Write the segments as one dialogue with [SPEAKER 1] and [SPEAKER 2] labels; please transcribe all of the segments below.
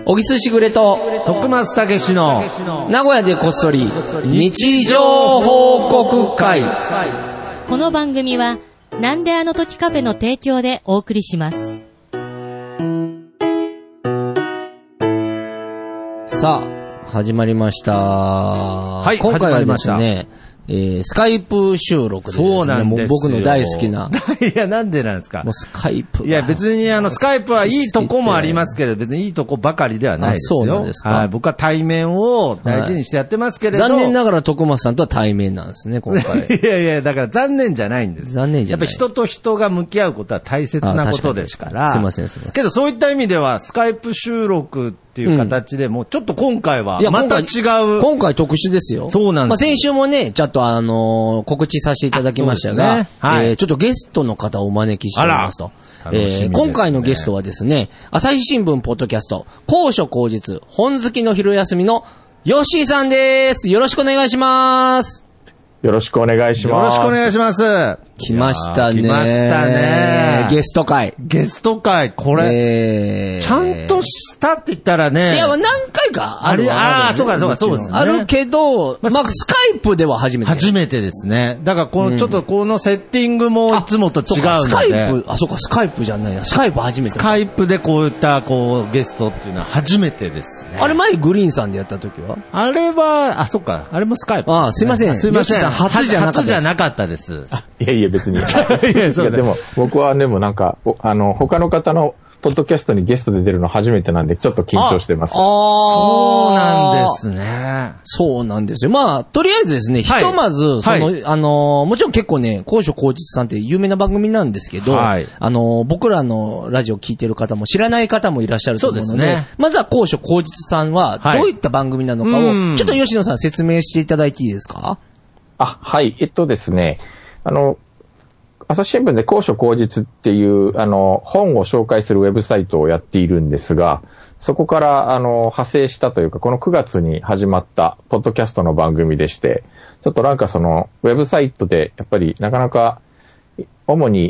[SPEAKER 1] 小木すしぐれと
[SPEAKER 2] 徳松たけしの
[SPEAKER 1] 名古屋でこっそり日常報告会。
[SPEAKER 3] この番組はなんであの時カフェの提供でお送りします。
[SPEAKER 1] さあ始まりました。
[SPEAKER 2] はい、
[SPEAKER 1] 今回はですね、スカイプ収録でですね、
[SPEAKER 2] そうなんですよ。
[SPEAKER 1] もう僕の大好きな。
[SPEAKER 2] いや、なんでなんですか。
[SPEAKER 1] もうスカイプ。
[SPEAKER 2] いや、別にスカイプはいいとこもありますけど、別にいいとこばかりではないですよ。
[SPEAKER 1] そうなんですか。
[SPEAKER 2] はい、僕は対面を大事にしてやってますけれど。
[SPEAKER 1] 残念ながら徳松さんとは対面なんですね、今回。
[SPEAKER 2] いやいや、だから残念じゃないんです。
[SPEAKER 1] 残念じゃない。
[SPEAKER 2] やっぱ人と人が向き合うことは大切なことですから。
[SPEAKER 1] すいません、すいません。
[SPEAKER 2] けどそういった意味では、スカイプ収録っていう形でも、ちょっと今回は、また違う。
[SPEAKER 1] 今回特殊ですよ。
[SPEAKER 2] そうなんです。
[SPEAKER 1] 先週もね、ちょっと告知させていただきましたが、ね、はい、ちょっとゲストの方をお招きしておりますと。今回のゲストはですね、朝日新聞ポッドキャスト、高所高実、本好きの昼休みのヨッシーさんです。よろしくお願いします。
[SPEAKER 4] よろしくお願いします。
[SPEAKER 2] よろしくお願いします。
[SPEAKER 1] 来ましたね。
[SPEAKER 2] 来ましたね。
[SPEAKER 1] ゲスト会。
[SPEAKER 2] ゲスト会、これ、ちゃんとしたって言ったらね。
[SPEAKER 1] いや、何回かある。
[SPEAKER 2] そうか、そうですね。
[SPEAKER 1] あるけど、まあ、スカイプでは初めて。
[SPEAKER 2] 初めてですね。だから、ちょっとこのセッティングもいつもと違うので。
[SPEAKER 1] スカイプ、そうか、スカイプじゃないな。スカイプ初めて。
[SPEAKER 2] スカイプでこういった、ゲストっていうのは初めてですね。
[SPEAKER 1] あれ前グリーンさんでやった時は
[SPEAKER 2] あれは、そっか、あれもスカイプ。
[SPEAKER 1] すいません。
[SPEAKER 2] すいません。
[SPEAKER 1] 初じゃ
[SPEAKER 4] なかったです。いや、別に。いや、でも、僕はでもなんか、他の方のポッドキャストにゲストで出るの初めてなんで、ちょっと緊張してます。
[SPEAKER 2] そうなんですね。
[SPEAKER 1] そうなんですよ。まあ、とりあえずですね、ひとまず、もちろん結構ね、高所高実さんって有名な番組なんですけど、僕らのラジオ聞いてる方も知らない方もいらっしゃると思うので、まずは高所高実さんはどういった番組なのかを、ちょっと吉野さん説明していただいていいですか？
[SPEAKER 4] はい。ですね、朝日新聞で高所高実っていう、本を紹介するウェブサイトをやっているんですが、そこから、派生したというか、この9月に始まった、ポッドキャストの番組でして、ちょっとなんかウェブサイトで、やっぱりなかなか、主に、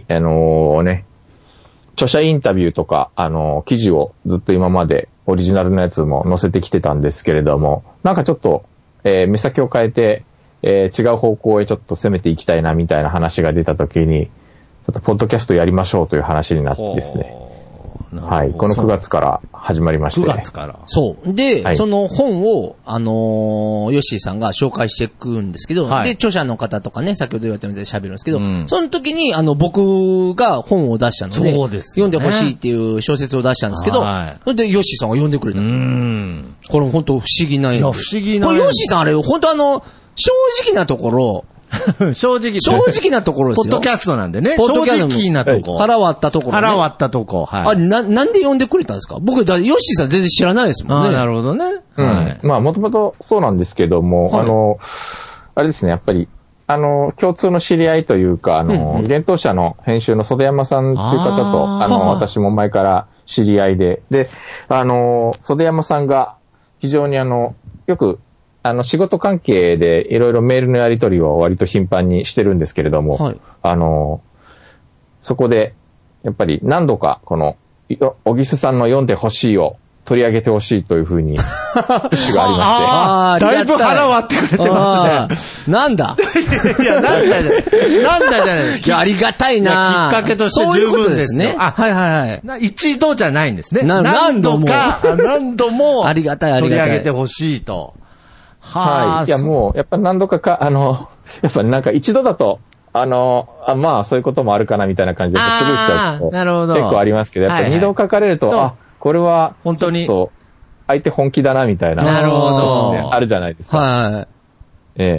[SPEAKER 4] 著者インタビューとか、記事をずっと今まで、オリジナルのやつも載せてきてたんですけれども、なんかちょっと、目先を変えて、違う方向へちょっと攻めていきたいなみたいな話が出たときに、ちょっとポッドキャストやりましょうという話になってですね。はい。この9月から始まりまして。
[SPEAKER 2] 9月から。
[SPEAKER 1] そう。で、その本を、ヨッシーさんが紹介していくんですけど、で、著者の方とかね、先ほど言われたみたいに喋るんですけど、その時に、僕が本を出したので、読んでほしいっていう小説を出したんですけど、それでヨッシーさんが読んでくれたんです。これ本当不思議な絵。
[SPEAKER 2] 不思議な絵。
[SPEAKER 1] これヨッシーさんあれ、本当正直なところ、正直なところですよ。
[SPEAKER 2] ポッドキャストなんでね。正直なとこ。
[SPEAKER 1] 腹割ったところ、ね。
[SPEAKER 2] 腹割ったとこ。はい。
[SPEAKER 1] あれ、なんで読んでくれたんですか？僕、ヨッシーさん全然知らないですもんね。
[SPEAKER 2] なるほどね。
[SPEAKER 4] はい。まあ、もともとそうなんですけども、あれですね、やっぱり、共通の知り合いというか、幻冬舎の編集の袖山さんっていう方と、私も前から知り合いで、で、袖山さんが非常によく、仕事関係でいろいろメールのやり取りを割と頻繁にしてるんですけれども、そこで、やっぱり何度か、小木須さんの読んでほしいを取り上げてほしいというふうに、プッシュがありまして。
[SPEAKER 2] だいぶ腹割ってくれてます
[SPEAKER 1] ね。なんだ
[SPEAKER 2] いや、なんだじゃない。
[SPEAKER 1] いや、ありがたいな。
[SPEAKER 2] きっかけとして十分ですね。一度じゃないんですね。何度も、
[SPEAKER 1] ありがたい、
[SPEAKER 2] 取り上げてほしいと。
[SPEAKER 4] はい。いや、もう、やっぱ何度かやっぱなんか一度だと、まあ、そういうこともあるかなみたいな感じで、スルーしちゃうと、結構ありますけど、やっぱり二度書かれると、これは、
[SPEAKER 2] 本当に、
[SPEAKER 4] 相手本気だなみたいな。
[SPEAKER 1] なるほど。
[SPEAKER 4] あるじゃないですか。
[SPEAKER 1] はい。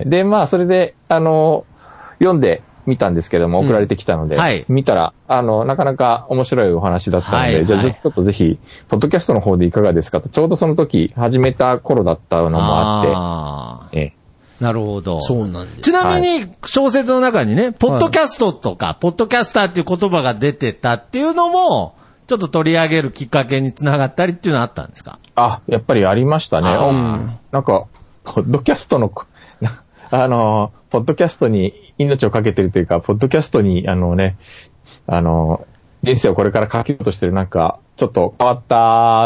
[SPEAKER 4] で、まあ、それで、読んで見たんですけども、送られてきたので、見たら、なかなか面白いお話だったので、じゃあちょっとぜひ、ポッドキャストの方でいかがですかと、ちょうどその時、始めた頃だったのもあって、
[SPEAKER 2] なるほど。
[SPEAKER 1] そうなんです。
[SPEAKER 2] ちなみに、小説の中にね、ポッドキャストとか、ポッドキャスターっていう言葉が出てたっていうのも、ちょっと取り上げるきっかけにつながったりっていうのはあったんですか？
[SPEAKER 4] やっぱりありましたね。なんか、ポッドキャストの、ポッドキャストに命をかけてるというか、ポッドキャストに、人生をこれから書きようとしてるなんか、ちょっと変わった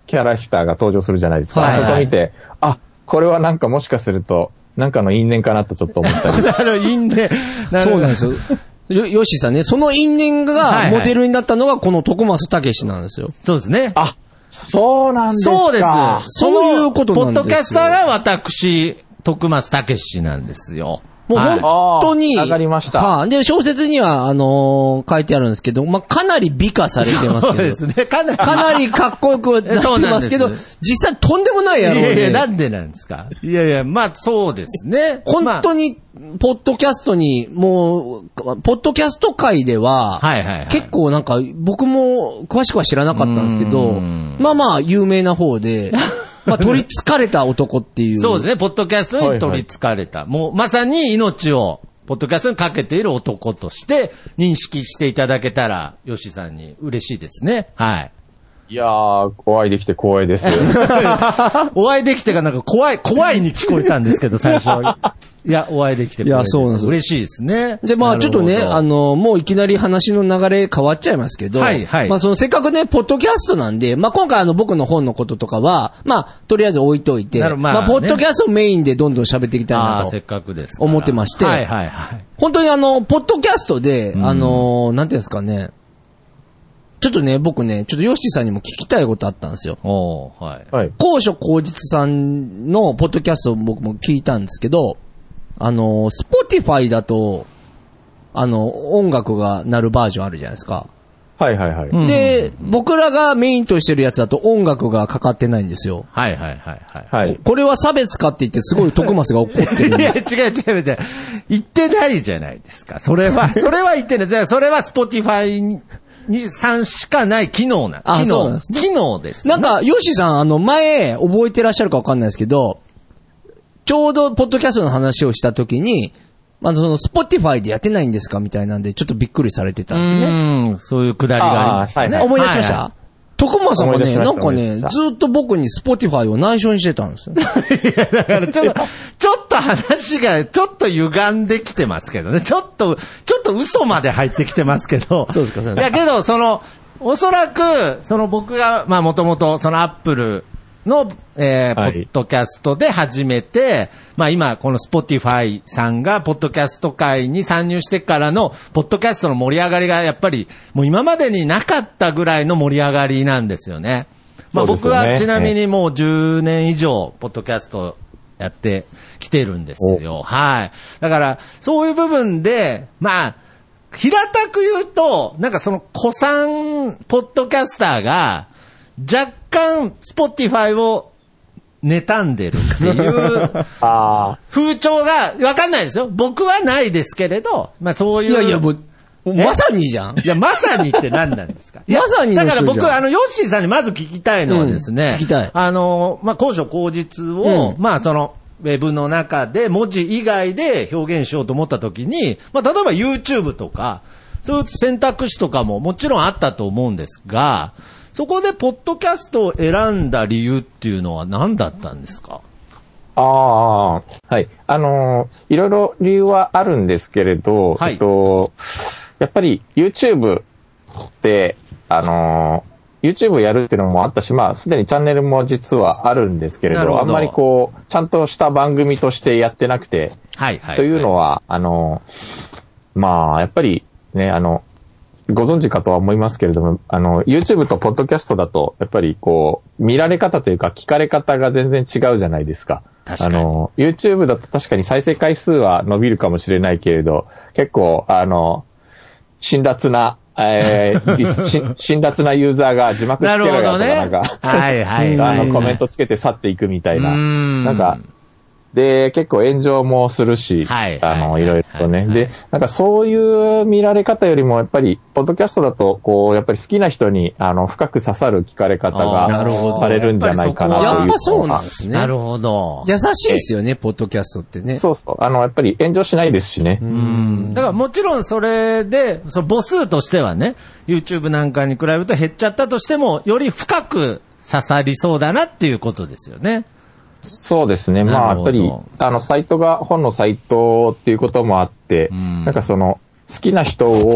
[SPEAKER 4] キャラクターが登場するじゃないですか。
[SPEAKER 2] はいはい、
[SPEAKER 4] そこ見て、あ、これはなんかもしかすると、なんかの因縁かなとちょっと思ったり。
[SPEAKER 2] 因縁。
[SPEAKER 1] そうなんですよ。ヨッシーさんね、その因縁がモデルになったのがこの徳増たけしなんですよ。
[SPEAKER 2] そうですね。
[SPEAKER 4] あ、そうなんですか。
[SPEAKER 2] そうです。
[SPEAKER 1] そういうことなんですよ。
[SPEAKER 2] ポッドキャスターが私、徳増たけしなんですよ。
[SPEAKER 1] もう本当に、
[SPEAKER 4] わかりました。
[SPEAKER 1] はあ、で、小説には、書いてあるんですけど、まあ、かなり美化されてますけど。
[SPEAKER 2] そうですね。かなり
[SPEAKER 1] かっこよくなってますけど、実際とんでもないやろうね。
[SPEAKER 2] いやいや、なんでなんですか。いやいや、まあ、そうですね。
[SPEAKER 1] 本当に、ポッドキャストに、もう、ポッドキャスト界では、
[SPEAKER 2] はいはいはい、
[SPEAKER 1] 結構なんか、僕も詳しくは知らなかったんですけど、まあまあ、有名な方で、まあ、取り憑かれた男っていう。
[SPEAKER 2] そうですね、ポッドキャストに取り憑かれた。はいはい、もう、まさに命を、ポッドキャストにかけている男として認識していただけたら、ヨシさんに嬉しいですね。はい。
[SPEAKER 4] いやー、お会いできて光栄です。
[SPEAKER 2] お会いできてがなんか怖いに聞こえたんですけど、最初。いや、お会いできて光栄です。いや、そうなんです。嬉しいですね。
[SPEAKER 1] で、まあちょっとね、もういきなり話の流れ変わっちゃいますけど、はいはい。まあそのせっかくね、ポッドキャストなんで、まあ今回僕の本のこととかは、まあとりあえず置いといて、まあポッドキャストをメインでどんどん喋っていきたいなと。
[SPEAKER 2] せっかくです。
[SPEAKER 1] 思ってまして、はいはいはい。本当にポッドキャストで、なんていうんですかね、ちょっとね、僕ね、ちょっとヨッシーさんにも聞きたいことあったんですよ。
[SPEAKER 2] はい。
[SPEAKER 1] 高所広実さんのポッドキャストを僕も聞いたんですけど、Spotify だと、音楽が鳴るバージョンあるじゃないですか。
[SPEAKER 4] はいはいはい。
[SPEAKER 1] で、僕らがメインとしてるやつだと音楽がかかってないんですよ。
[SPEAKER 2] はいはいはいはい。
[SPEAKER 1] これは差別かって言ってすごい徳増が怒ってるんです。
[SPEAKER 2] いや、違う。言ってないじゃないですか。それは言ってない。それは Spotify にさんしかない機能なんです。
[SPEAKER 1] そうなんですね。
[SPEAKER 2] 機能です、
[SPEAKER 1] ね。なんか、ヨシさん、前、覚えてらっしゃるかわかんないですけど、ちょうど、ポッドキャストの話をしたときに、その、Spotify でやってないんですかみたいなんで、ちょっとびっくりされてたんですね。
[SPEAKER 2] そういうくだりがありましたね。
[SPEAKER 1] 思い出しました、徳間さんがね、なんかね、ずっと僕に Spotify を内緒にしてたんですよ。い
[SPEAKER 2] や、だからちょっと話が、ちょっと歪んできてますけどね。ちょっと嘘まで入ってきてますけど。
[SPEAKER 1] そうですか、
[SPEAKER 2] いやけど、おそらく、僕が、まあもともと、Apple の、ポッドキャストで始めて、まあ今、この Spotify さんが、ポッドキャスト界に参入してからの、ポッドキャストの盛り上がりが、やっぱり、もう今までになかったぐらいの盛り上がりなんですよね。まあ僕はちなみにもう10年以上、ポッドキャストやってきてるんですよ。はい。だから、そういう部分で、まあ、平たく言うと、なんか古参ポッドキャスターが、若干、Spotify を妬んでるっていう風潮が、わかんないですよ。僕はないですけれど、まあそういう。
[SPEAKER 1] いや、もうまさにじゃん。
[SPEAKER 2] いや、まさにって何なんですか
[SPEAKER 1] まさに
[SPEAKER 2] だから僕、ヨッシーさんにまず聞きたいのはですね、
[SPEAKER 1] 聞きたい。
[SPEAKER 2] まあ、高所広実を、まあウェブの中で文字以外で表現しようと思ったときに、まあ例えば YouTube とか、そういう選択肢とかももちろんあったと思うんですが、そこでポッドキャストを選んだ理由っていうのは何だったんですか？
[SPEAKER 4] はい。いろいろ理由はあるんですけれど、はい、やっぱり YouTube って、YouTube やるっていうのもあったし、まあ、すでにチャンネルも実はあるんですけれど、あんまりちゃんとした番組としてやってなくて、
[SPEAKER 2] はいはいはい、
[SPEAKER 4] というのは、まあ、やっぱりね、ご存知かとは思いますけれども、YouTube とポッドキャストだと、やっぱり見られ方というか聞かれ方が全然違うじゃないですか。
[SPEAKER 2] 確かに。
[SPEAKER 4] YouTube だと確かに再生回数は伸びるかもしれないけれど、結構、辛辣な、辛辣なユーザーが字幕つけろよとかなんか、
[SPEAKER 2] はいはいはい、
[SPEAKER 4] コメントつけて去っていくみたいな、なんか、で、結構炎上もするし、いろいろとね。で、なんかそういう見られ方よりも、やっぱり、ポッドキャストだと、やっぱり好きな人に、深く刺さる聞かれ方がされるんじゃないかなという。
[SPEAKER 1] やっぱそうなんですね。
[SPEAKER 2] なるほど。
[SPEAKER 1] 優しいですよね、ポッドキャストってね。
[SPEAKER 4] そうそう。やっぱり炎上しないですしね。
[SPEAKER 2] だからもちろんそれで、母数としてはね、YouTube なんかに比べると減っちゃったとしても、より深く刺さりそうだなっていうことですよね。
[SPEAKER 4] そうですね。まあ、やっぱり、サイトが本のサイトっていうこともあって、なんか好きな人を、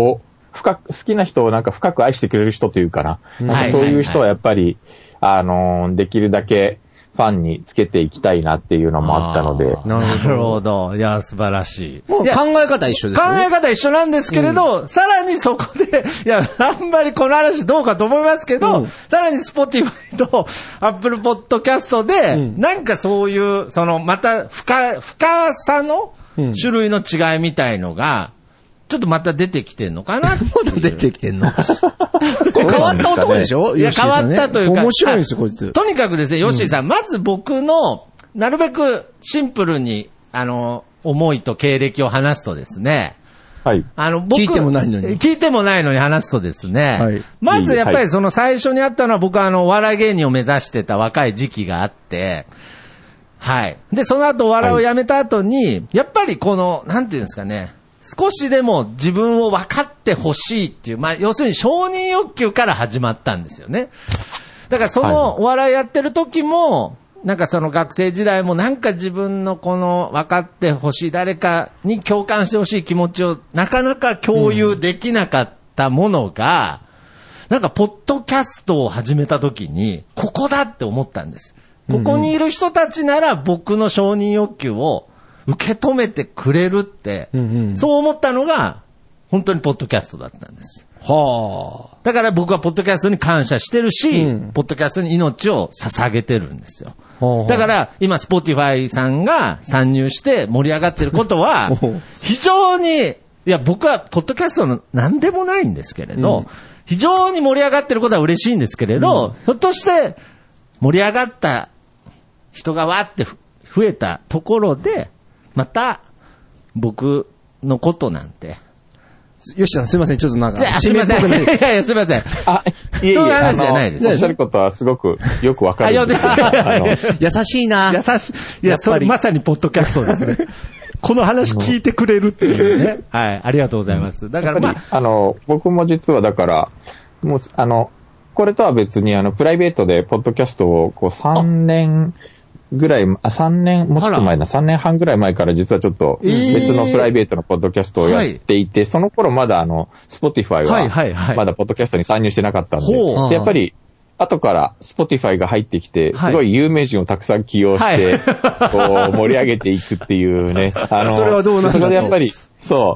[SPEAKER 4] 好きな人をなんか深く愛してくれる人というかな。なんかそういう人はやっぱり、できるだけファンにつけていきたいなっていうのもあったので。
[SPEAKER 2] なるほど。いや、素晴らしい。
[SPEAKER 1] もう考え方一緒ですよね。
[SPEAKER 2] 考え方一緒なんですけれど、さらにそこで、いや、あんまりこの話どうかと思いますけど、さらに Spotify と Apple Podcast で、なんかそういう、また深さの種類の違いみたいのが、ちょっとまた出てきてんのかなっていう。
[SPEAKER 1] まだ出てきてんのこれ変わった男でしょ？
[SPEAKER 2] いや、変わったというか。
[SPEAKER 1] 面白いんですよ、こいつ。
[SPEAKER 2] とにかくですね、ヨッシーさん、まず僕の、なるべくシンプルに、思いと経歴を話すとですね。
[SPEAKER 4] はい。
[SPEAKER 1] 聞いてもないのに。
[SPEAKER 2] 聞いてもないのに話すとですね。はい。まずやっぱりその最初にあったのは僕はお笑い芸人を目指してた若い時期があって、はい。で、その後お笑いをやめた後に、やっぱりなんていうんですかね。少しでも自分を分かってほしいっていう、まあ、要するに承認欲求から始まったんですよね。だからそのお笑いやってる時も、なんかその学生時代もなんか自分の分かってほしい、誰かに共感してほしい気持ちをなかなか共有できなかったものが、なんかポッドキャストを始めた時に、ここだって思ったんです。ここにいる人たちなら僕の承認欲求を受け止めてくれるって、そう思ったのが、本当にポッドキャストだったんです。
[SPEAKER 1] はあ。
[SPEAKER 2] だから僕はポッドキャストに感謝してるし、ポッドキャストに命を捧げてるんですよ。だから今、Spotify さんが参入して盛り上がってることは、非常に、いや、僕はポッドキャストの何でもないんですけれど、非常に盛り上がってることは嬉しいんですけれど、ひょっとして盛り上がった人がわーって増えたところで、また、僕のことなんて。
[SPEAKER 1] よしさん、すいません。ちょっとなんか、
[SPEAKER 2] すいません。いやいや、すいません。そういう話じゃないです。
[SPEAKER 4] おっしゃることはすごくよくわかるんですけど。
[SPEAKER 1] 優しいな。
[SPEAKER 2] 優しい。いや、それまさにポッドキャストですね。この話聞いてくれるっていうね。はい。ありがとうございます。だからまあ。
[SPEAKER 4] 僕も実はだから、もう、これとは別にプライベートでポッドキャストを3年ぐらい、3年、もうちょっと前だ、3年半ぐらい前から実はちょっと別のプライベートのポッドキャストをやっていて、その頃まだSpotify はまだポッドキャストに参入してなかったんで、でやっぱり後からSpotify が入ってきて、すごい有名人をたくさん起用して、こう盛り上げていくっていうね。
[SPEAKER 1] それはどうなんだろう。
[SPEAKER 4] それでやっぱり、そう。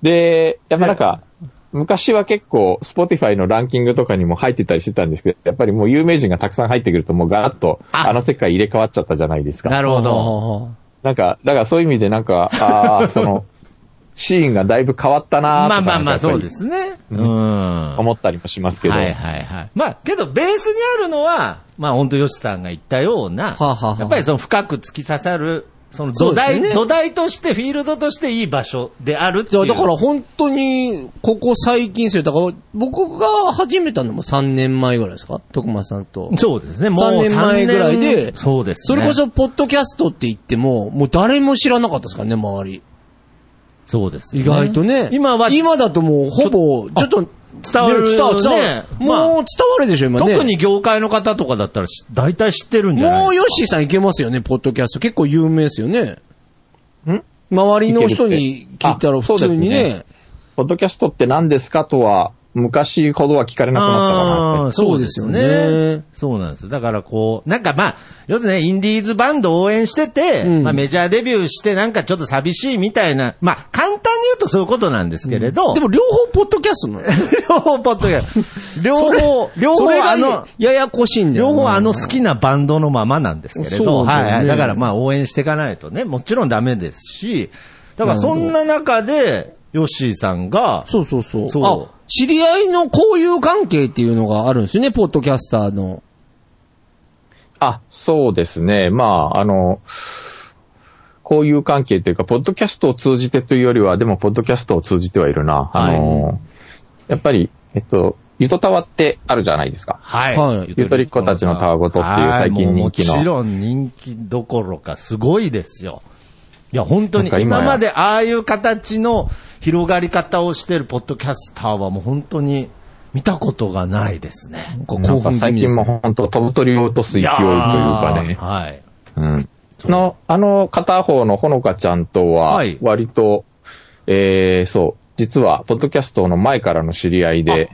[SPEAKER 4] で、やっぱなんか、昔は結構、Spotify のランキングとかにも入ってたりしてたんですけど、やっぱりもう有名人がたくさん入ってくるともうガラッと、世界入れ替わっちゃったじゃないですか。
[SPEAKER 2] なるほど。
[SPEAKER 4] なんか、だからそういう意味でなんか、シーンがだいぶ変わったなーとか。
[SPEAKER 2] まあ、そうですね。
[SPEAKER 4] 思ったりもしますけど。
[SPEAKER 2] はいはいはい。まあ、けどベースにあるのは、まあ本当吉さんが言ったような、やっぱりその深く突き刺さる、その土台として、フィールドとしていい場所であるっていう。
[SPEAKER 1] だから本当に、ここ最近ですよ。だから僕が始めたのも3年前ぐらいですか？徳間さんと。
[SPEAKER 2] そうですね。もう
[SPEAKER 1] 3年前ぐらいで。
[SPEAKER 2] そうですね。
[SPEAKER 1] それこそ、ポッドキャストって言っても、もう誰も知らなかったですからね、周り。
[SPEAKER 2] そうです、ね。
[SPEAKER 1] 意外とね。今だともう、ほぼ、ちょっと、
[SPEAKER 2] 伝わる。ね。
[SPEAKER 1] もう伝わるでしょ、今ね。
[SPEAKER 2] 特に業界の方とかだったら、大体知ってるんじゃないですか。
[SPEAKER 1] もうヨッシーさんいけますよね、ポッドキャスト。結構有名ですよね。周りの人に聞いたら普通にね。
[SPEAKER 4] ポッドキャストって何ですかとは、昔ほどは聞かれなくなったかな。
[SPEAKER 1] そうですよね。
[SPEAKER 2] そうなんです。だからこう、なんかまあ、要するにね、インディーズバンドを応援してて、まあメジャーデビューしてなんかちょっと寂しいみたいな、まあ簡単に言うとそういうことなんですけれど。
[SPEAKER 1] でも両方ポッドキャストなの
[SPEAKER 2] 両方ポッドキャスト。両方
[SPEAKER 1] ややこしいんだよ。
[SPEAKER 2] 両方好きなバンドのままなんですけれど。はい。だからまあ応援していかないとね、もちろんダメですし、だからそんな中で、ヨッシーさんが、
[SPEAKER 1] そう。知り合いの交友関係っていうのがあるんですよね、ポッドキャスターの。
[SPEAKER 4] そうですね。まあ、交友関係というか、ポッドキャストを通じてというよりは、でも、ポッドキャストを通じてはいるな。やっぱり、ゆとたわってあるじゃないですか。
[SPEAKER 2] はい。
[SPEAKER 4] ゆとりっ子たちのたわごとっていう最近人気の。
[SPEAKER 2] もちろん人気どころか、すごいですよ。いや、本当に、今までああいう形の広がり方をしているポッドキャスターはもう本当に見たことがないですね。
[SPEAKER 4] なんか最近も本当飛ぶ鳥を落とす勢いというかね。
[SPEAKER 2] はい。
[SPEAKER 4] 片方のほのかちゃんとは、割と、 実は、ポッドキャストの前からの知り合いで、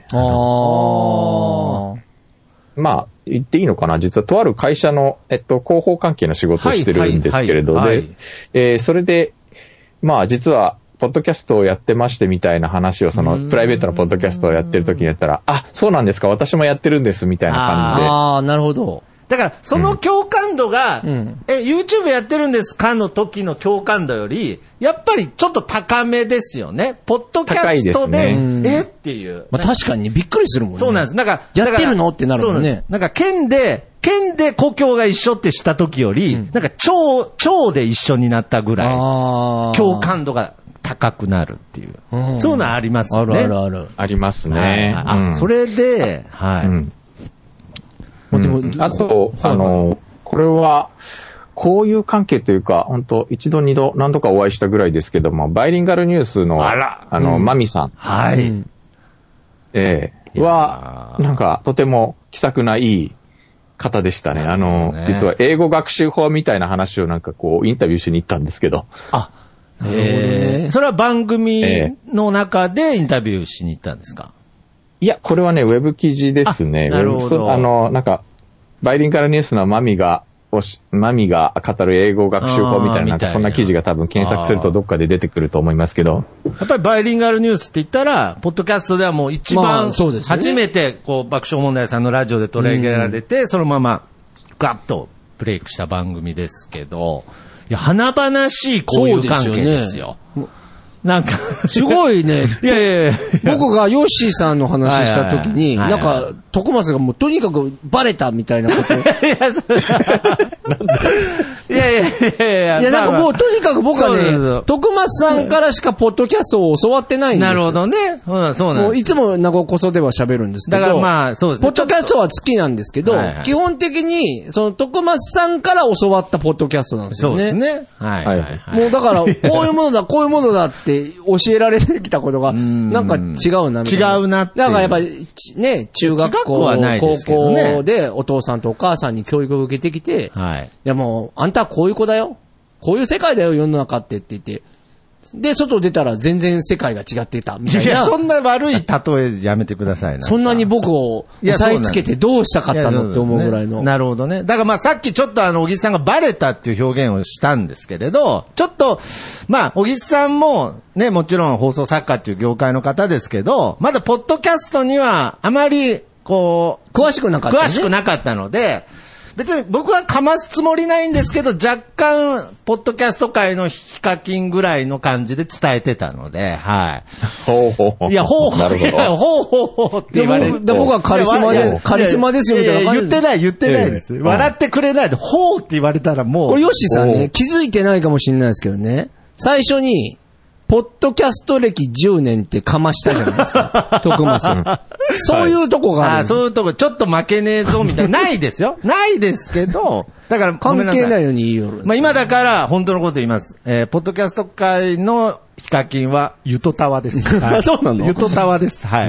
[SPEAKER 4] まあ、言っていいのかな、実はとある会社の、広報関係の仕事をしてるんですけれど、で、それで、まあ、実は、ポッドキャストをやってましてみたいな話を、プライベートのポッドキャストをやってる時にやったら、あ、そうなんですか、私もやってるんです、みたいな感じで。
[SPEAKER 1] ああ、なるほど。
[SPEAKER 2] だから、その共感度が、YouTube やってるんですかの時の共感度より、やっぱりちょっと高めですよね。ポッドキャストで、っていう。
[SPEAKER 1] まあ確かにびっくりするもんね。
[SPEAKER 2] そうなんです。なんか、
[SPEAKER 1] やってるのってなるもんね。
[SPEAKER 2] なんか、県で故郷が一緒ってした時より、なんか、町で一緒になったぐらい、共感度が高くなるっていう。そういうのはありますよね。
[SPEAKER 4] ありますね。
[SPEAKER 2] それで、はい。
[SPEAKER 4] あと、これは、こういう関係というか、本当一度二度何度かお会いしたぐらいですけども、バイリンガルニュースの、マミさん。
[SPEAKER 2] はい。
[SPEAKER 4] は、なんか、とても気さくないい方でしたね。実は英語学習法みたいな話をなんかこう、インタビューしに行ったんですけど。
[SPEAKER 2] あ、それは番組の中でインタビューしに行ったんですか？
[SPEAKER 4] いや、これはね、ウェブ記事ですね。
[SPEAKER 2] なるほど。
[SPEAKER 4] なんか、バイリンガルニュースのマミが語る英語学習法みたいな、なんかそんな記事が多分検索するとどっかで出てくると思いますけど。
[SPEAKER 2] やっぱりバイリンガルニュースって言ったら、ポッドキャストではもう一番、初めて、こう、爆笑問題さんのラジオで取り上げられて、そのまま、ガッとブレイクした番組ですけど、いや、華々しい交友関係ですよ。なんか
[SPEAKER 1] すごいね。
[SPEAKER 2] いや。
[SPEAKER 1] 僕がヨッシーさんの話したときに、なんか、徳松がもうとにかくバレたみたいなこと。いや、なんかもうとにかく僕はね、徳松さんからしかポッドキャストを教わってないんですよ。
[SPEAKER 2] なるほどね。そうなんです。
[SPEAKER 1] いつも名古こそでは喋るんですけど。
[SPEAKER 2] だからまあ、そうですね。
[SPEAKER 1] ポッドキャストは好きなんですけど、基本的に、その徳松さんから教わったポッドキャストなんですよね。
[SPEAKER 2] そうですね。はい。
[SPEAKER 1] もうだから、こういうものだって教えられてきたことが、なんか違うなみたいな。
[SPEAKER 2] 違うなって。
[SPEAKER 1] だからやっぱり、ね、中学校、高校でお父さんとお母さんに教育を受けてきて、いやもう、あんたはこういう子だよ。こういう世界だよ、世の中って言って、で、外出たら全然世界が違ってた、みたいな。
[SPEAKER 2] いや、そんな悪い例えやめてくださいな。
[SPEAKER 1] そんなに僕を押さえつけてどうしたかったのって思うぐらいの。
[SPEAKER 2] なるほどね。だからまあさっきちょっと小木さんがバレたっていう表現をしたんですけれど、ちょっと、まあ、小木さんもね、もちろん放送作家っていう業界の方ですけど、まだポッドキャストにはあまり、こう、
[SPEAKER 1] 詳しくなか
[SPEAKER 2] ったので、別に僕はかますつもりないんですけど、若干、ポッドキャスト界のヒカキンぐらいの感じで伝えてたので、はい。いや、なるほど。って言われて。
[SPEAKER 1] 僕はカリスマですよ、みたいな感じで。
[SPEAKER 2] 言ってないです。笑ってくれないで、ほうって言われたらもう。
[SPEAKER 1] これ、ヨッシーさんね、気づいてないかもしれないですけどね、最初に、ポッドキャスト歴10年ってかましたじゃないですか。徳松さん。そういうとこがある。
[SPEAKER 2] そういうとこ、ちょっと負けねえぞ、みたいな。ないですよ。ないですけど、だから、
[SPEAKER 1] 関係ないように言いよる。
[SPEAKER 2] まあ今だから、本当のこと言います。ポッドキャスト界のヒカキンは、ゆとたわです。
[SPEAKER 1] そうなの？
[SPEAKER 2] ゆとたわです。はい。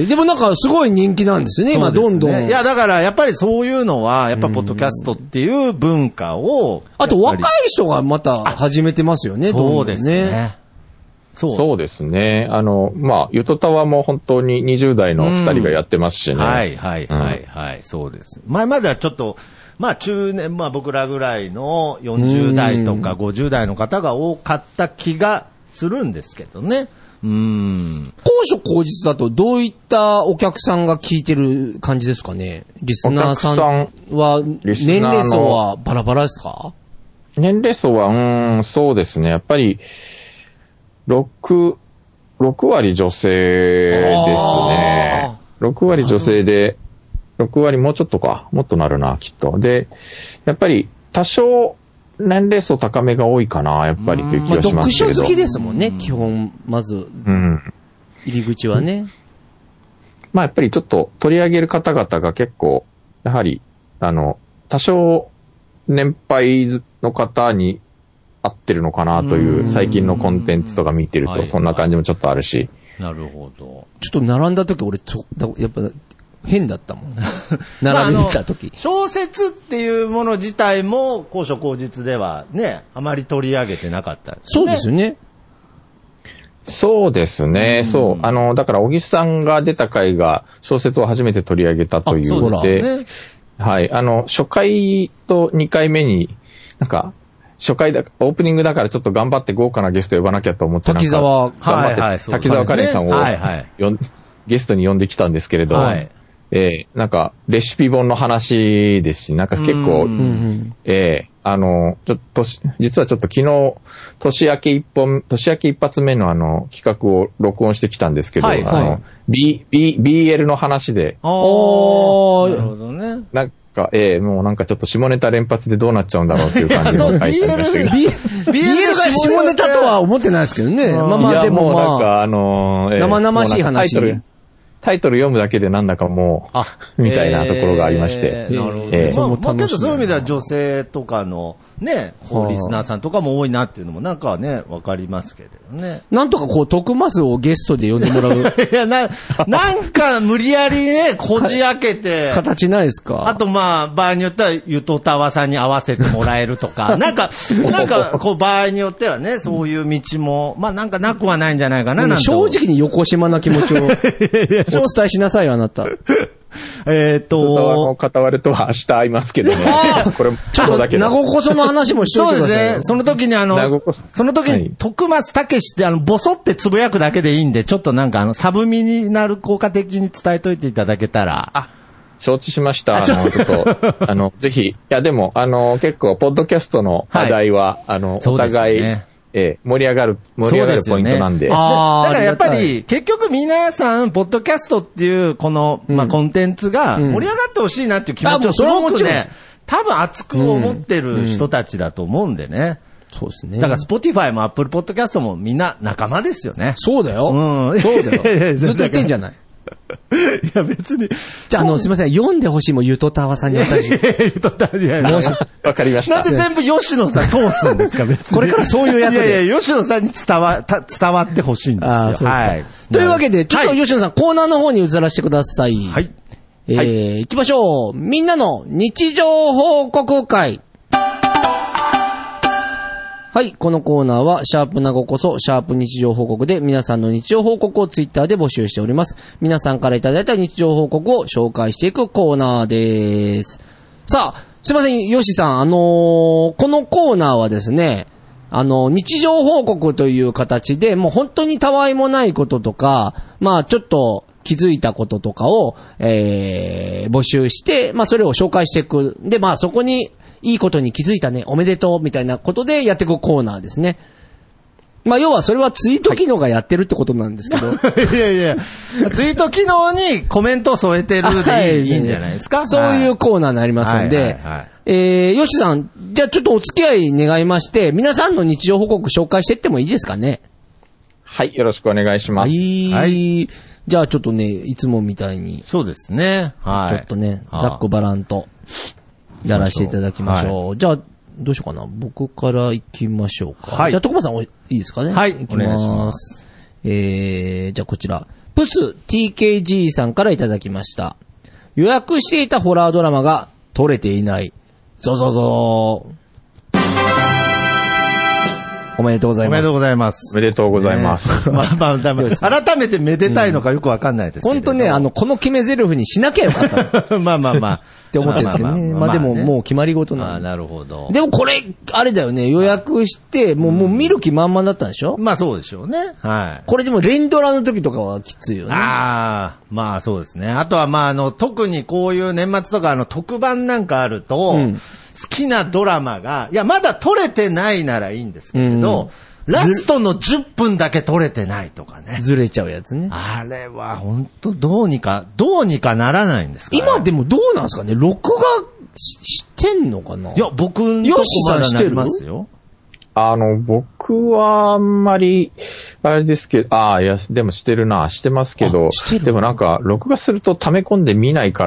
[SPEAKER 1] でもなんか、すごい人気なんですよね、今、どんどん。
[SPEAKER 2] いや、だから、やっぱりそういうのは、やっぱ、ポッドキャストっていう文化を。
[SPEAKER 1] あと、若い人がまた始めてますよね、
[SPEAKER 2] そうですね。
[SPEAKER 4] そうですね。まあ、ゆとたわも本当に20代の2人がやってますしね。
[SPEAKER 2] はい、そうです。前まではちょっと、まあ中年、まあ僕らぐらいの40代とか50代の方が多かった気がするんですけどね。
[SPEAKER 1] 高所高実だとどういったお客さんが聞いてる感じですかね？リスナーさんは、年齢層はバラバラですか？
[SPEAKER 4] 年齢層は、そうですね。やっぱり、6割女性ですね。6割女性で、6割もうちょっとか、もっとなるな、きっと。で、やっぱり多少年齢層高めが多いかな、やっぱりという気がしますけれど。
[SPEAKER 1] 読書好きですもんね、基本、まず。入り口はね。
[SPEAKER 4] まあやっぱりちょっと取り上げる方々が結構、やはり、多少年配の方に、合ってるのかなという最近のコンテンツとか見てるとそんな感じもちょっとあるし。
[SPEAKER 2] なるほど。
[SPEAKER 1] ちょっと並んだ時俺やっぱ変だったもん。並んでた時。
[SPEAKER 2] 小説っていうもの自体も高所高実ではね、あまり取り上げてなかったですね。
[SPEAKER 1] そうですよね。
[SPEAKER 4] そうですね、そう。だから、小木さんが出た回が小説を初めて取り上げたというので、はい。初回と2回目に、なんか、初回だ、オープニングだからちょっと頑張って豪華なゲスト呼ばなきゃと思って、
[SPEAKER 1] 滝沢
[SPEAKER 4] カレンさんを、ゲストに呼んできたんですけれど、なんか、レシピ本の話ですし、なんか結構、ちょっと、実はちょっと昨日、年明け一発目の企画を録音してきたんですけど、BL の話で。
[SPEAKER 2] なるほどね。
[SPEAKER 4] なんか、もうなんかちょっと下ネタ連発でどうなっちゃうんだろうっていう感じの回になりましたけど。
[SPEAKER 1] BL が下ネタとは思ってないですけどね。まあまあでもまあ、生々しい話。
[SPEAKER 4] タイトル読むだけでなんだかもう、みたいなところがありまして。
[SPEAKER 2] なるほど。まあ、けどそういう意味では女性とかのね、リスナーさんとかも多いなっていうのもなんかね、わかりますけれどね。
[SPEAKER 1] なんとかこう、徳マスをゲストで呼んでもらう。
[SPEAKER 2] いや、なんか無理やりね、こじ開けて。
[SPEAKER 1] 形ないですか？
[SPEAKER 2] あとまあ、場合によっては、ゆとたわさんに合わせてもらえるとか、なんか、こう、場合によってはね、そういう道も、まあなんかなくはないんじゃないかな、なんて。
[SPEAKER 1] 正直に横島な気持ちをお伝えしなさいよ、あなた。
[SPEAKER 4] 片割れとは明日会いますけどね。これ
[SPEAKER 1] ちょっと、名古こその話もしといてください。
[SPEAKER 2] そうですね。その時に、徳松武史ってボソってつぶやくだけでいいんで、ちょっとなんかサブミになる効果的に伝えといていただけたら。
[SPEAKER 4] 承知しました。ちょっと、ぜひ、いやでも、結構、ポッドキャストの話題は、お互い、盛り上がるポイントなんで。
[SPEAKER 2] だからやっぱり、結局皆さん、ポッドキャストっていう、この、まあ、コンテンツが盛り上がってほしいなっていう気持ちをすごくね、多分熱く思ってる人たちだと思うんでね。
[SPEAKER 1] そうですね。
[SPEAKER 2] だから、Spotify も Apple Podcast もみんな仲間ですよね。
[SPEAKER 1] そうだよ。そうだよ。ずっと言ってんじゃない。
[SPEAKER 2] いや別に。
[SPEAKER 1] じゃあすいません、読んでほしいもゆとたわさんに私。
[SPEAKER 2] ゆとたわに
[SPEAKER 4] わかりました。
[SPEAKER 2] なぜ全部吉野さん通すんですか別に。
[SPEAKER 1] これからそういうやつで。
[SPEAKER 2] いや吉野さんに伝わってほしいんですよ。はい。
[SPEAKER 1] というわけで、ちょっと吉野さん、コーナーの方に移らせてください。はい。行きましょう。みんなの日常報告会。はい。このコーナーは、シャープなごこそ、シャープ日常報告で、皆さんの日常報告をツイッターで募集しております。皆さんからいただいた日常報告を紹介していくコーナーです。さあ、すいません、ヨシさん、このコーナーはですね、日常報告という形で、もう本当にたわいもないこととか、まあちょっと気づいたこととかを、募集して、まあそれを紹介していく。で、まあそこに、いいことに気づいたね、おめでとう、みたいなことでやっていくコーナーですね。まあ、要はそれはツイート機能がやってるってことなんですけど。
[SPEAKER 2] いやいや、ツイート機能にコメントを添えてるでいいんじゃないですか。
[SPEAKER 1] そういうコーナーになりますんで、ヨシさん、じゃあちょっとお付き合い願いまして、皆さんの日常報告紹介していってもいいですかね。
[SPEAKER 4] はい、よろしくお願いします。
[SPEAKER 1] はい。じゃあちょっとね、いつもみたいに。
[SPEAKER 2] そうですね。はい。
[SPEAKER 1] ちょっとね、ざっくばらんと。やらせていただきましょう。じゃあ、どうしようかな。僕から行きましょうか。はい。じゃあ、徳間さんいいですかね。
[SPEAKER 2] はい。お願いします。
[SPEAKER 1] じゃあこちら。プス TKG さんからいただきました。予約していたホラードラマが撮れていない。ゾゾゾー。おめでとうございます。
[SPEAKER 2] おめでとうございます。
[SPEAKER 4] おめでとうございます。
[SPEAKER 2] まあ、改めてめでたいのかよくわかんないですけど。
[SPEAKER 1] 本当ね、この決め台詞にしなきゃよかった。
[SPEAKER 2] まあ。
[SPEAKER 1] って思ってるんですけどね。まあでももう決まり事なんで。
[SPEAKER 2] なるほど。
[SPEAKER 1] でもこれ、あれだよね、予約して、もう見る気満々だったんでしょ？
[SPEAKER 2] まあそうでしょうね。はい。
[SPEAKER 1] これでも連ドラの時とかはきついよね。
[SPEAKER 2] ああ、まあそうですね。あとはまあ特にこういう年末とか特番なんかあると、好きなドラマが、いやまだ撮れてないならいいんですけれど、ラストの10分だけ撮れてないとかね。
[SPEAKER 1] ずれちゃうやつね。
[SPEAKER 2] あれは本当どうにかならないんですか、ね、
[SPEAKER 1] 今でもどうなんですかね、録画してんのかな。
[SPEAKER 2] いや、僕のとこまだなりますよ。
[SPEAKER 4] 僕はあんまり、あれですけど、いや、でもしてますけど、でもなんか、録画すると溜め込んで見ないから、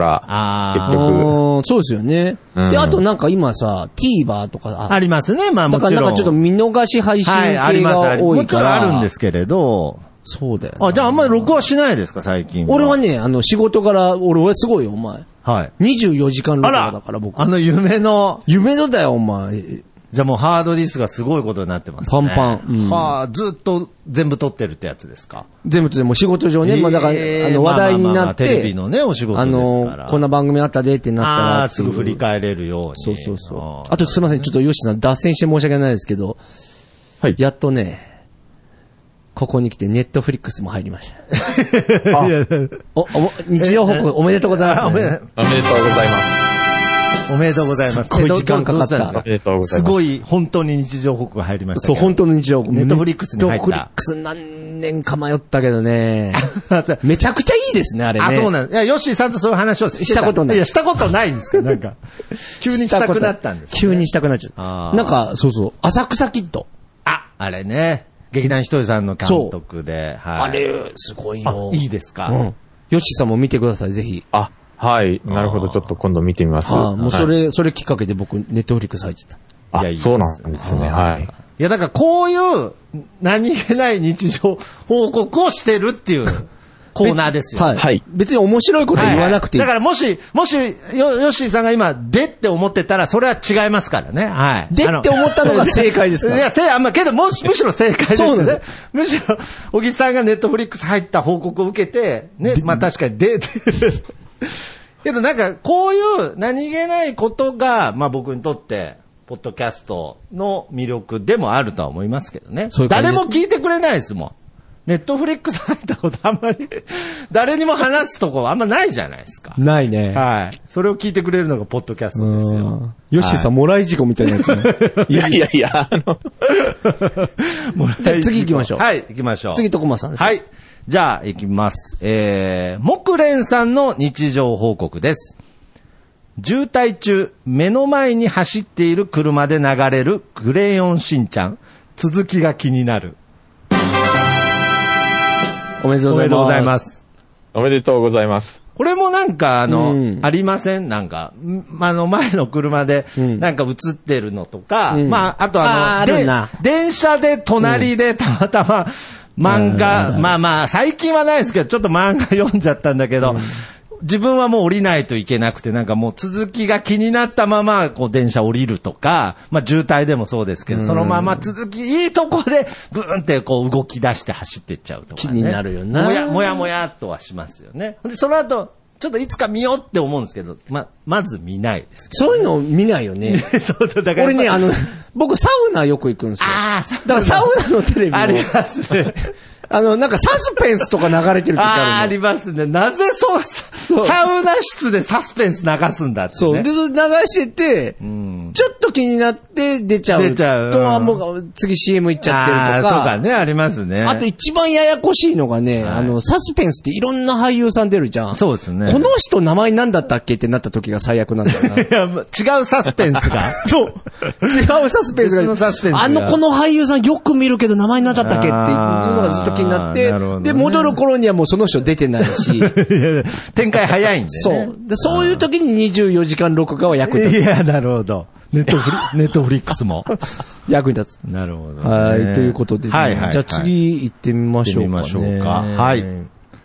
[SPEAKER 4] 結局。
[SPEAKER 1] そうですよね。で、あとなんか今さ、TVer とか
[SPEAKER 2] ありますね、まあもちろん。
[SPEAKER 1] だからなんかちょっと見逃し配信系が多いから。
[SPEAKER 2] もちろんあるんですけれど。
[SPEAKER 1] そうだよ。
[SPEAKER 2] じゃああんまり録画しないですか、最近は。
[SPEAKER 1] 俺はね、仕事から、俺すごいよ、お前。
[SPEAKER 2] はい。
[SPEAKER 1] 24時間録画だから僕。
[SPEAKER 2] 夢の
[SPEAKER 1] だよ、お前。
[SPEAKER 2] じゃあもうハードディスクがすごいことになってますね。
[SPEAKER 1] パンパン。
[SPEAKER 2] はあ、ずっと全部撮ってるってやつですか？
[SPEAKER 1] 全部でも仕事上ね、まあだから、話題になって、
[SPEAKER 2] テレビのね、お仕事ですから。
[SPEAKER 1] こんな番組あったでってなったら。
[SPEAKER 2] すぐ振り返れるように。
[SPEAKER 1] そうそうそう。あとすいません、ちょっとヨッシーさん脱線して申し訳ないですけど、はい。やっとね、ここに来てネットフリックスも入りました。日常報告おめでとうございます、ね。
[SPEAKER 4] おめでとうございます。
[SPEAKER 2] おめでとうございます。
[SPEAKER 1] すごい時間かかった。
[SPEAKER 4] おめでとうございます。
[SPEAKER 2] すごい、本当に日常報告が入りました。
[SPEAKER 1] そう、本当の日常報告。
[SPEAKER 2] ネットフリックスに入った。
[SPEAKER 1] ネットフリックス何年か迷ったけどね。めちゃくちゃいいですね、あれね。
[SPEAKER 2] あ、そうなんです。いや、ヨッシーさんとそういう話を
[SPEAKER 1] したことない。
[SPEAKER 2] いや、したことないんですかなんか。急にしたくなったんです、ね。
[SPEAKER 1] 急にしたくなっちゃった。なんか、そうそう、浅草キッド。
[SPEAKER 2] あれね。劇団ひとりさんの監督で。
[SPEAKER 1] はい。あれ、すごいよ。
[SPEAKER 2] いいですか？
[SPEAKER 1] うん。ヨッシーさんも見てください、ぜひ。
[SPEAKER 4] はい。なるほど。ちょっと今度見てみます。
[SPEAKER 1] もうそれきっかけで僕、ネットフリックス入っちゃった。
[SPEAKER 4] いや、そうなんですね。はい。
[SPEAKER 2] いや、だからこういう何気ない日常報告をしてるっていうコーナーですよ。
[SPEAKER 1] はい。別に面白いこと言わなくていい。
[SPEAKER 2] だからもし、ヨッシーさんが今、でって思ってたら、それは違いますからね。はい。
[SPEAKER 1] でって思ったのが正解ですか？
[SPEAKER 2] いや、けどむしろ正解ですね。そうなんです。むしろ、小木さんがネットフリックス入った報告を受けて、ね、まあ確かにで、けどなんか、こういう何気ないことが、まあ僕にとって、ポッドキャストの魅力でもあるとは思いますけどね。誰も聞いてくれないですもん。ネットフリックス入ったことあんまり、誰にも話すとこあんまないじゃないですか。
[SPEAKER 1] ないね。
[SPEAKER 2] はい。それを聞いてくれるのがポッドキャストですよ。
[SPEAKER 1] ヨッシーさん、もらい事故みたいなやつね。
[SPEAKER 4] いや、
[SPEAKER 1] じゃあ次行きましょう。
[SPEAKER 2] はい、行きましょう。
[SPEAKER 1] 次、徳間さんです。
[SPEAKER 2] はい。じゃあ、行きます。木蓮さんの日常報告です。渋滞中、目の前に走っている車で流れるクレヨンしんちゃん。続きが気になる。
[SPEAKER 1] おめでとうございます。
[SPEAKER 4] おめでとうございます。
[SPEAKER 2] これもなんか、ありません？なんか、前の車で、なんか映ってるのとか、まあ、あと電車で隣でたまたま、漫画、最近はないですけど、ちょっと漫画読んじゃったんだけど、自分はもう降りないといけなくて、なんかもう続きが気になったまま、こう電車降りるとか、まあ渋滞でもそうですけど、そのまま続き、いいとこで、ブーンってこう動き出して走っていっちゃうとか、ね。
[SPEAKER 1] 気になるよな。
[SPEAKER 2] もやもやっとはしますよね。で、その後、ちょっといつか見ようって思うんですけど、まず見ないです、ね。
[SPEAKER 1] そういうの見ないよね。
[SPEAKER 2] そう、だから。
[SPEAKER 1] 俺ね、僕サウナよく行くんですよ。だからサウナのテレビ
[SPEAKER 2] ありますね。
[SPEAKER 1] なんかサスペンスとか流れてる時
[SPEAKER 2] ありますね。なぜサウナ室でサスペンス流すんだって、ね。
[SPEAKER 1] そう。で、それ流してて、ちょっと気になって出ちゃう。と、もう次 CM 行っちゃってるとか。
[SPEAKER 2] とかね、ありますね。
[SPEAKER 1] あと一番ややこしいのがね、サスペンスっていろんな俳優さん出るじゃん。
[SPEAKER 2] そうですね。
[SPEAKER 1] この人名前なんだったっけってなった時が最悪なんだよな。い
[SPEAKER 2] や、違うサスペンスが。
[SPEAKER 1] そう。違うサスペンスが。この俳優さんよく見るけど名前なんだったっけっていうのがずっと気になって、で、戻る頃にはもうその人出てないし。
[SPEAKER 2] 展開早いんでね。
[SPEAKER 1] そう。で、そういう時に24時間録画は役に立つ。
[SPEAKER 2] いや、なるほど。ネットフリックスも。
[SPEAKER 1] 役に立つ。
[SPEAKER 2] なるほど、ね。
[SPEAKER 1] はい。ということで、ね。はい。じゃあ次行ってみましょうか、ね。行ってみましょうか。
[SPEAKER 2] はい。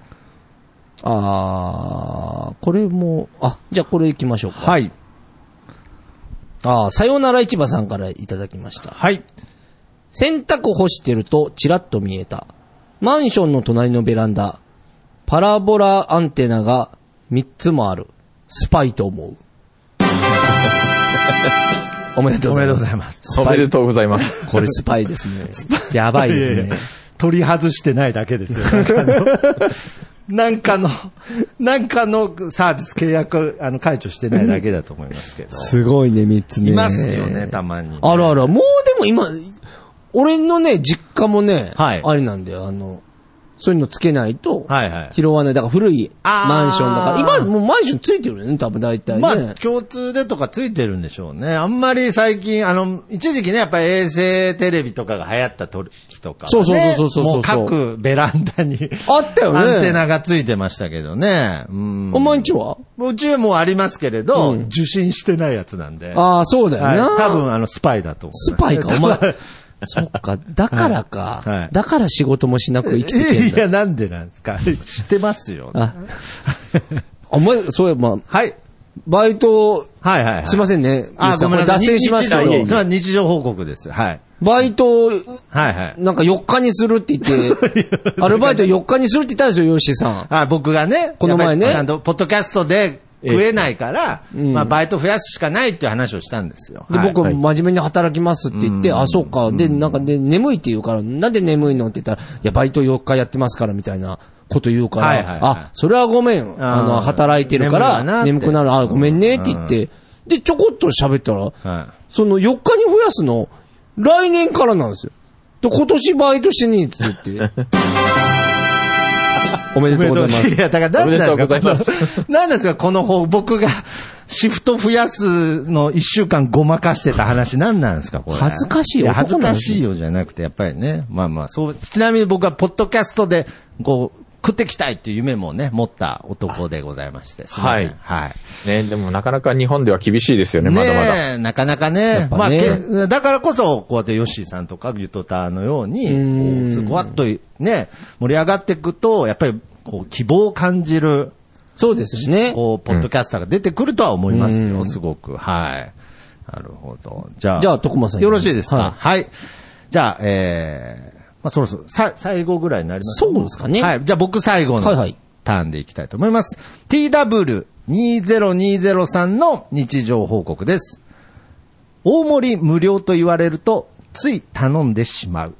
[SPEAKER 1] これも、じゃあこれ行きましょうか。
[SPEAKER 2] はい。
[SPEAKER 1] さよなら市場さんからいただきました。
[SPEAKER 2] はい。
[SPEAKER 1] 洗濯干してるとチラッと見えた。マンションの隣のベランダ。パラボラアンテナが3つもある。スパイと思う。おめでとうございます。
[SPEAKER 4] おめでとうございます。
[SPEAKER 1] これスパイですね。やばいですね。
[SPEAKER 2] 取り外してないだけですよ。なんかのサービス契約、解除してないだけだと思いますけど。
[SPEAKER 1] すごいね、3つね。
[SPEAKER 2] いますよね、たまに、ね。
[SPEAKER 1] ある。もうでも今、俺のね、実家もね、あれなんだよ、そういうのつけないと、拾わない。だから古いマンションだから、今もうマンションついてるよね、多分大体ね。
[SPEAKER 2] まあ、共通でとかついてるんでしょうね。あんまり最近、一時期ね、やっぱり衛星テレビとかが流行った時とか、ね。そう。もう各ベランダに。
[SPEAKER 1] あったよね。
[SPEAKER 2] アンテナがついてましたけどね。
[SPEAKER 1] お前んちは？
[SPEAKER 2] うちはもうありますけれど、受信してないやつなんで。
[SPEAKER 1] そうだよね。
[SPEAKER 2] 多分スパイだと思う。
[SPEAKER 1] スパイか、お前。そっか、だからか、だから仕事もしなく生きてけんだ。
[SPEAKER 2] いや、なんでなんですか知ってますよ。
[SPEAKER 1] お前、そういえば、
[SPEAKER 2] はい。
[SPEAKER 1] バイト、
[SPEAKER 2] はいはいはい。
[SPEAKER 1] すいませんね。
[SPEAKER 2] ごめんなさい。
[SPEAKER 1] 脱線しますけど。
[SPEAKER 2] それは日常報告です。はい。
[SPEAKER 1] バイト、
[SPEAKER 2] はいはい。
[SPEAKER 1] なんか4日にするって言って、アルバイト4日にするって言ったんですよ、ヨッシーさん。
[SPEAKER 2] 僕がね、
[SPEAKER 1] この前ね。
[SPEAKER 2] ちゃんと、ポッドキャストで食えないから、まあ、バイト増やすしかないっていう話をしたんですよ。
[SPEAKER 1] で、僕、真面目に働きますって言って、あ、そうか。で、なんか、で、眠いって言うから、なんで眠いのって言ったら、いや、バイト4日やってますから、みたいなこと言うから、あ、それはごめん。働いてるから、眠くなる。あ、ごめんねって言って、で、ちょこっと喋ったら、その4日に増やすの、来年からなんですよ。で、今年バイトしてねえって言って。おめでとうございます。
[SPEAKER 2] いや、だから何なんですか、何なんですか、この僕がシフト増やすの1週間ごまかしてた話何なんですか、これ。
[SPEAKER 1] 恥ずかしいよ。
[SPEAKER 2] 恥ずかしいよじゃなくて、やっぱりね。まあまあ、そう、ちなみに僕はポッドキャストで、こう、食ってきたいっていう夢もね、持った男でございまして。すみません。はい。
[SPEAKER 4] ね、でもなかなか日本では厳しいですよね、まだまだ。
[SPEAKER 2] ね、なかなかね。まあ、だからこそ、こうやってヨッシーさんとかゆとたのように、すごわっとね、盛り上がっていくと、やっぱり、こう、希望を感じる。
[SPEAKER 1] そうですね。
[SPEAKER 2] こう、ポッドキャスターが出てくるとは思いますよ、すごく。はい。なるほど。じゃあ、
[SPEAKER 1] 徳間さん。
[SPEAKER 2] よろしいですか。はい。じゃあ、まあ、そろそろ、最後ぐらいになります
[SPEAKER 1] そうですかね。
[SPEAKER 2] はい。じゃあ僕最後のターンでいきたいと思います。TW2020 の日常報告です。大盛り無料と言われると、つい頼んでしまう。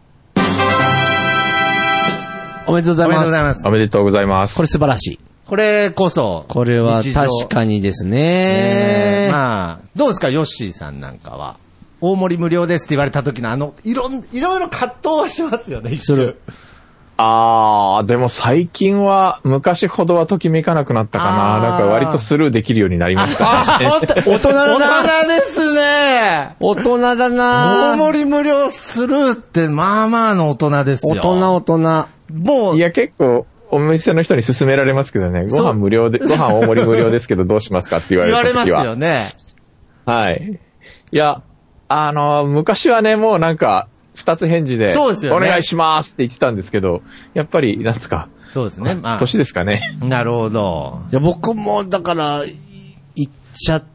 [SPEAKER 1] おめでとうございます。
[SPEAKER 4] おめでとうございます。おめでとうございます。
[SPEAKER 1] これ素晴らしい。
[SPEAKER 2] これこそ。
[SPEAKER 1] これは確かにですね。
[SPEAKER 2] まあ、どうですか、ヨッシーさんなんかは。大盛り無料ですって言われた時のいろいろ葛藤はしますよね、一瞬。
[SPEAKER 4] でも最近は昔ほどはときめかなくなったかな。なんか割とスルーできるようになりましたね。
[SPEAKER 1] 大人だな。
[SPEAKER 2] 大人ですね。
[SPEAKER 1] 大人だな。
[SPEAKER 2] 大盛り無料スルーってまあまあの大人ですよ。
[SPEAKER 1] 大人。
[SPEAKER 2] もう。
[SPEAKER 4] いや結構、お店の人に勧められますけどね。ご飯無料で、ご飯大盛り無料ですけどどうしますかって言われる時は。
[SPEAKER 2] 言われますよね。
[SPEAKER 4] はい。いや、昔はね、もうなんか、二つ返事で、そうですよね。お願いしますって言ってたんですけど、やっぱり、なんですか。
[SPEAKER 2] そうですね。
[SPEAKER 4] 年ですかね。
[SPEAKER 2] なるほど。
[SPEAKER 1] いや、僕も、だから、言っちゃって、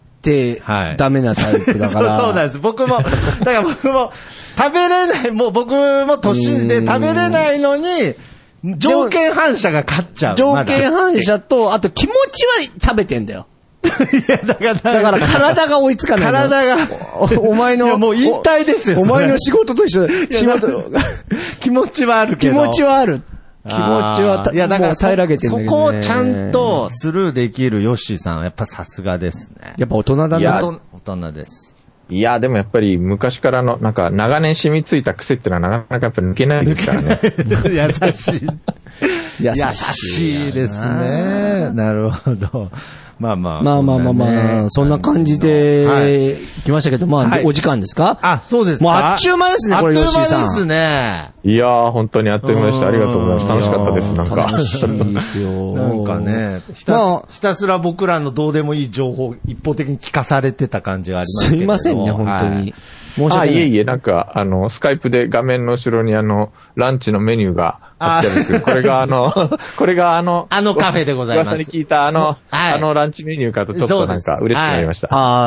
[SPEAKER 1] ダメなタイプだから。
[SPEAKER 2] そうなんです。僕も、食べれない、もう僕も年で食べれないのに、条件反射が勝っちゃう。
[SPEAKER 1] 条件反射と、あと気持ちは食べてんだよ。
[SPEAKER 2] いや、だから
[SPEAKER 1] 体が追いつかない。
[SPEAKER 2] 体が、
[SPEAKER 1] お前の、
[SPEAKER 2] もう引退ですよ。
[SPEAKER 1] お前の仕事と一緒
[SPEAKER 2] 気持ちはあるけど。
[SPEAKER 1] 気持ちはある。気持ちは、
[SPEAKER 2] いや、だから
[SPEAKER 1] 平らげてるんだけど、
[SPEAKER 2] ね。そこをちゃんとスルーできるヨッシーさんはやっぱさすがですね。
[SPEAKER 1] やっぱ大人だな。
[SPEAKER 2] 大人です。
[SPEAKER 4] いや、でもやっぱり昔からの、なんか長年染みついた癖っていうのはなかなかやっぱ抜けないですからね。
[SPEAKER 2] 優しい。優しいですね。なるほど。まあ、
[SPEAKER 1] そんな感じで、来ましたけど、お時間ですか？
[SPEAKER 2] あ、そうですか。
[SPEAKER 1] もうあっちゅう間ですね、これ、ヨッシーさん。
[SPEAKER 2] あっという間ですね。
[SPEAKER 4] いやー、本当にあっという間でした。ありがとうございます。楽しかったです、なんか。
[SPEAKER 1] 楽しいですよ。
[SPEAKER 2] なんかね、ひたすら僕らのどうでもいい情報、一方的に聞かされてた感じがありますけど。
[SPEAKER 1] すいませんね、本当に。
[SPEAKER 4] 申し訳ない。いえ、なんか、スカイプで画面の後ろにランチのメニューがあってあるんですけど、これが
[SPEAKER 2] カフェでございます。
[SPEAKER 4] 噂に聞いたランチメニューかとちょっとなんか嬉しくなりました。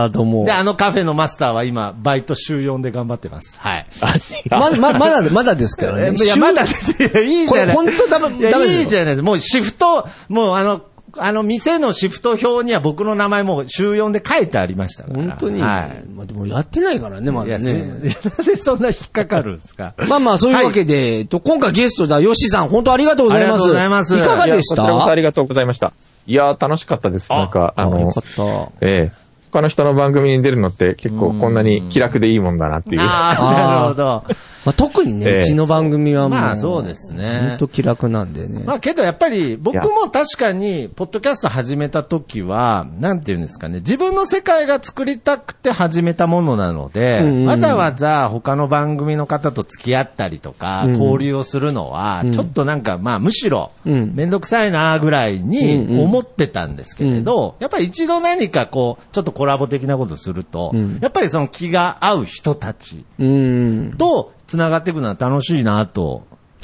[SPEAKER 1] どうも。
[SPEAKER 2] で、カフェのマスターは今、バイト週4で頑張ってます。はい。
[SPEAKER 1] まだですからね。
[SPEAKER 2] いや、まだですよ。いいじゃない。
[SPEAKER 1] これ本当ダメですよ。
[SPEAKER 2] いいじゃないです。もうシフト、もう店のシフト表には僕の名前も週4で書いてありましたから。
[SPEAKER 1] 本当に。はい。でもやってないからね、まだね。
[SPEAKER 2] なんでそんな引っかかるんですか？
[SPEAKER 1] そういうわけで、今回ゲストだ、ヨッシーさん、本当ありがとうございます。ありがとうございます。いかがでした？
[SPEAKER 4] こちらこそありがとうございました。いやー、楽しかったです。なんか、
[SPEAKER 1] よかった。
[SPEAKER 4] 他の人の番組に出るのって結構こんなに気楽でいいもんだなっていう。
[SPEAKER 2] なるほど。
[SPEAKER 1] 特にね、うちの番組はもう、
[SPEAKER 2] そうですね。
[SPEAKER 1] 本当気楽なんでね。
[SPEAKER 2] けどやっぱり僕も確かに、ポッドキャスト始めた時は、なんていうんですかね、自分の世界が作りたくて始めたものなので、わざわざ他の番組の方と付き合ったりとか、交流をするのは、ちょっとなんかむしろ、めんどくさいなぐらいに思ってたんですけれど、やっぱり一度何かこう、ちょっとコラボ的なことすると、やっぱりその気が合う人たちと、繋がっていくのは楽しいなと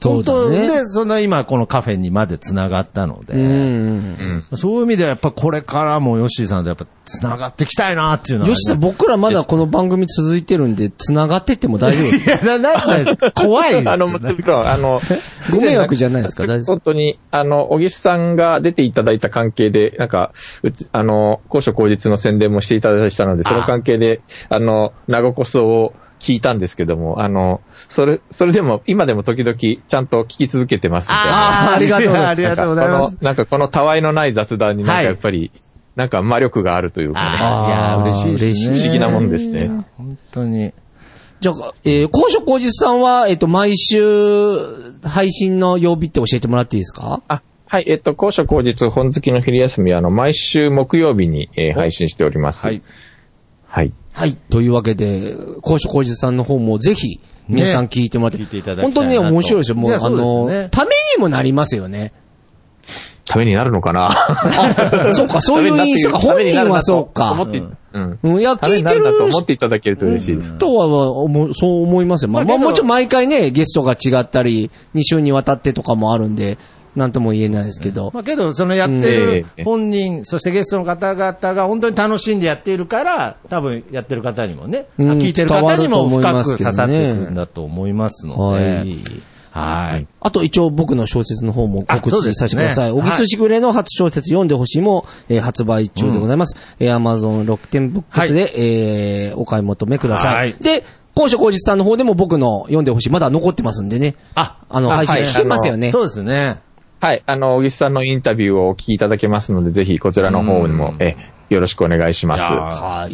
[SPEAKER 2] 本当で、その今このカフェにまで繋がったので、そういう意味ではやっぱこれからもヨッシーさんとやっぱ繋がっていきたいなっていうのは、
[SPEAKER 1] ヨッシーさん、僕らまだこの番組続いてるんで、繋がってっても大丈夫ですか？
[SPEAKER 2] いや、なんで怖いですよ、ね。
[SPEAKER 4] もちろん、
[SPEAKER 1] ご迷惑じゃないですか、大丈夫。
[SPEAKER 4] 本当に、小木さんが出ていただいた関係で、なんか、高所高実の宣伝もしていただいたので、その関係で、名古こそを聞いたんですけども、それでも、今でも時々ちゃんと聞き続けてますんで。
[SPEAKER 1] ありがとうございます。ありがとうございます。
[SPEAKER 4] なんかこのたわいのない雑談になんかやっぱり、なんか魔力があるというかね。
[SPEAKER 2] いや、嬉しいですね。
[SPEAKER 4] 不思議なもんですね。
[SPEAKER 2] 本当に。
[SPEAKER 1] じゃあ、高所高実さんは、毎週配信の曜日って教えてもらっていいですか？
[SPEAKER 4] はい、高所高実本好きの昼休みは、毎週木曜日に、配信しております。はい。はい。
[SPEAKER 1] はい。というわけで、高所高実さんの方もぜひ、皆さん聞いてもらって、
[SPEAKER 2] 聞いていただきたいなと。
[SPEAKER 1] 本当にね、面白いですよ。もう、ためにもなりますよね。
[SPEAKER 4] ためになるのかな
[SPEAKER 1] そうか、そういう印象か。本人はそうか。いや、聞いてる
[SPEAKER 4] と思っていただけると嬉しいです。
[SPEAKER 1] とは、そう思いますよ。まあ、もちろん毎回ね、ゲストが違ったり、2週にわたってとかもあるんで、なんとも言えないですけど。
[SPEAKER 2] まあけど、そのやってる本人、そしてゲストの方々が本当に楽しんでやっているから、多分やってる方にもね、聞いてる方にも深く刺さっていくんだと思いますので。はい。
[SPEAKER 1] あと一応僕の小説の方も告知させてください。小木津しぐれの初小説読んでほしいも、発売中でございます。Amazon 楽天ブックスで、お買い求めください。で、高所高実さんの方でも僕の読んでほしい、まだ残ってますんでね。配信聞けますよね。
[SPEAKER 2] そうですね。
[SPEAKER 4] はい。小木さんのインタビューをお聞きいただけますので、ぜひこちらの方にも、よろしくお願いします。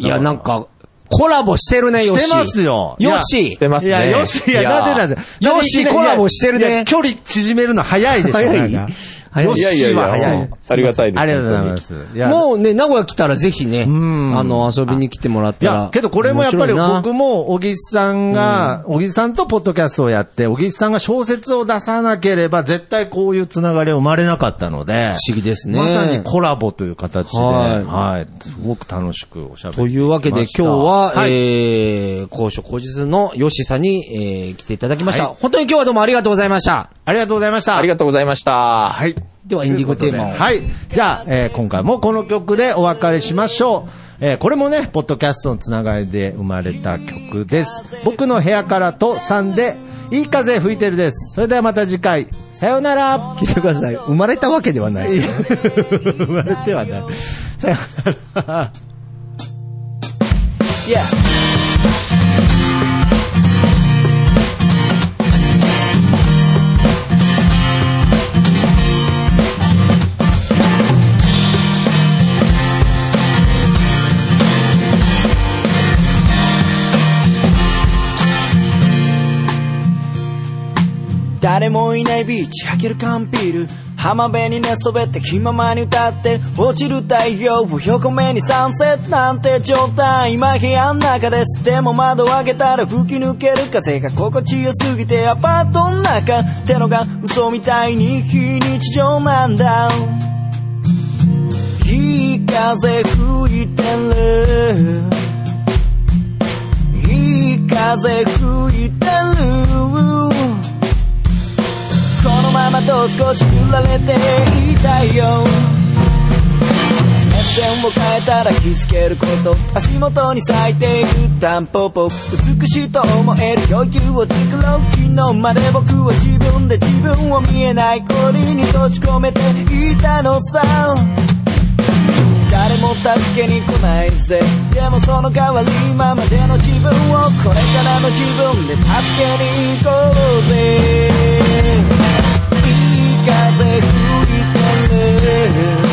[SPEAKER 1] いや、なんか、コラボしてるね、ヨッシー。
[SPEAKER 2] してますよ。
[SPEAKER 1] ヨッシー。
[SPEAKER 4] してますね。
[SPEAKER 2] いや、ヨッシー、なんで。
[SPEAKER 1] ヨッシーコラボしてるね。
[SPEAKER 2] 距離縮めるの早いでしょ、早い。
[SPEAKER 4] ヨッシーは早い。ありがたいです。
[SPEAKER 2] ありがとうございます。
[SPEAKER 1] もうね、名古屋来たらぜひね、遊びに来てもらったら。いや、
[SPEAKER 2] けどこれもやっぱり僕も、小木さんとポッドキャストをやって、小木さんが小説を出さなければ、絶対こういうつながりは生まれなかったので。
[SPEAKER 1] 不思議ですね。
[SPEAKER 2] まさにコラボという形で、はい。すごく楽しくおしゃべり。
[SPEAKER 1] というわけで今日は、高所高実のヨッシーさんに、来ていただきました。本当に今日はどうもありがとうございました。
[SPEAKER 2] ありがとうございました。
[SPEAKER 4] ありがとうございました。
[SPEAKER 2] はい。
[SPEAKER 1] ではエンディングテーマを。
[SPEAKER 2] はい。じゃあ、今回もこの曲でお別れしましょう。これもね、ポッドキャストのつながりで生まれた曲です。僕の部屋からと3で、いい風吹いてるです。それではまた次回、さようなら。
[SPEAKER 1] 聞いてください。生まれたわけではない。
[SPEAKER 2] 生まれてはない。さようなら。
[SPEAKER 1] Yeah.
[SPEAKER 5] 誰もいないビーチ開ける缶ビール浜辺に寝そべって気ままに歌って落ちる太陽を横目にサンセットなんて状態今部屋の中ですでも窓を開けたら吹き抜ける風が心地よすぎてアパートの中ってのが嘘みたいに非日常なんだいい風吹いてるいい風吹いてるこのままと少し振られていたいよ目線を変えたら気づけること足元に咲いていくタンポポ美しいと思える余裕を作ろう昨日まで僕は自分で自分を見えない氷に閉じ込めていたのさ誰も助けに来ないぜでもその代わり今までの自分をこれからの自分で助けに行こうぜいい風吹いてる